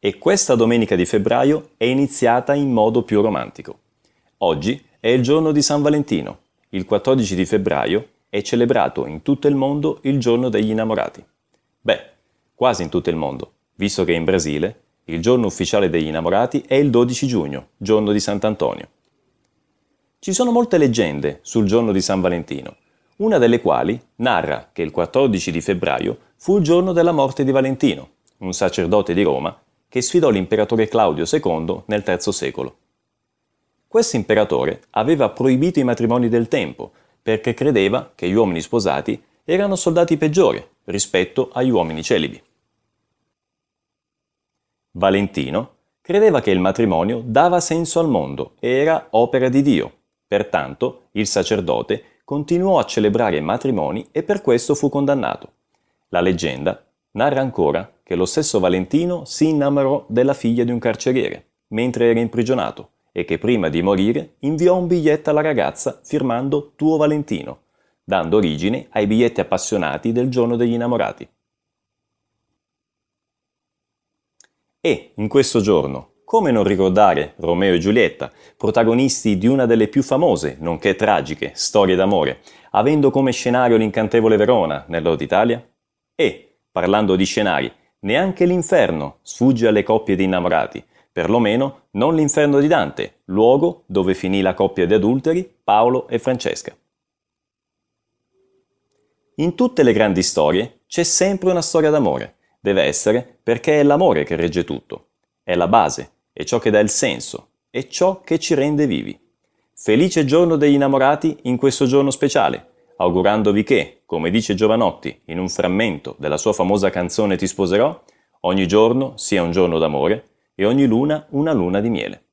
e questa domenica di febbraio è iniziata in modo più romantico. Oggi è il giorno di San Valentino. Il 14 di febbraio è celebrato in tutto il mondo il giorno degli innamorati. Beh, quasi in tutto il mondo, visto che in Brasile il giorno ufficiale degli innamorati è il 12 giugno, giorno di Sant'Antonio. Ci sono molte leggende sul giorno di San Valentino, una delle quali narra che il 14 di febbraio fu il giorno della morte di Valentino, un sacerdote di Roma che sfidò l'imperatore Claudio II nel III secolo. Questo imperatore aveva proibito i matrimoni del tempo perché credeva che gli uomini sposati erano soldati peggiori rispetto agli uomini celibi. Valentino credeva che il matrimonio dava senso al mondo e era opera di Dio. Pertanto il sacerdote continuò a celebrare matrimoni e per questo fu condannato. La leggenda narra ancora che lo stesso Valentino si innamorò della figlia di un carceriere mentre era imprigionato e che prima di morire inviò un biglietto alla ragazza firmando Tuo Valentino, dando origine ai biglietti appassionati del giorno degli innamorati. E in questo giorno, come non ricordare Romeo e Giulietta, protagonisti di una delle più famose, nonché tragiche, storie d'amore, avendo come scenario l'incantevole Verona nel Nord Italia? E, parlando di scenari, neanche l'inferno sfugge alle coppie di innamorati, perlomeno non l'inferno di Dante, luogo dove finì la coppia di adulteri Paolo e Francesca. In tutte le grandi storie c'è sempre una storia d'amore. Deve essere perché è l'amore che regge tutto. È la base, è ciò che dà il senso, è ciò che ci rende vivi. Felice giorno degli innamorati in questo giorno speciale, augurandovi che, come dice Giovanotti in un frammento della sua famosa canzone Ti sposerò, ogni giorno sia un giorno d'amore e ogni luna una luna di miele.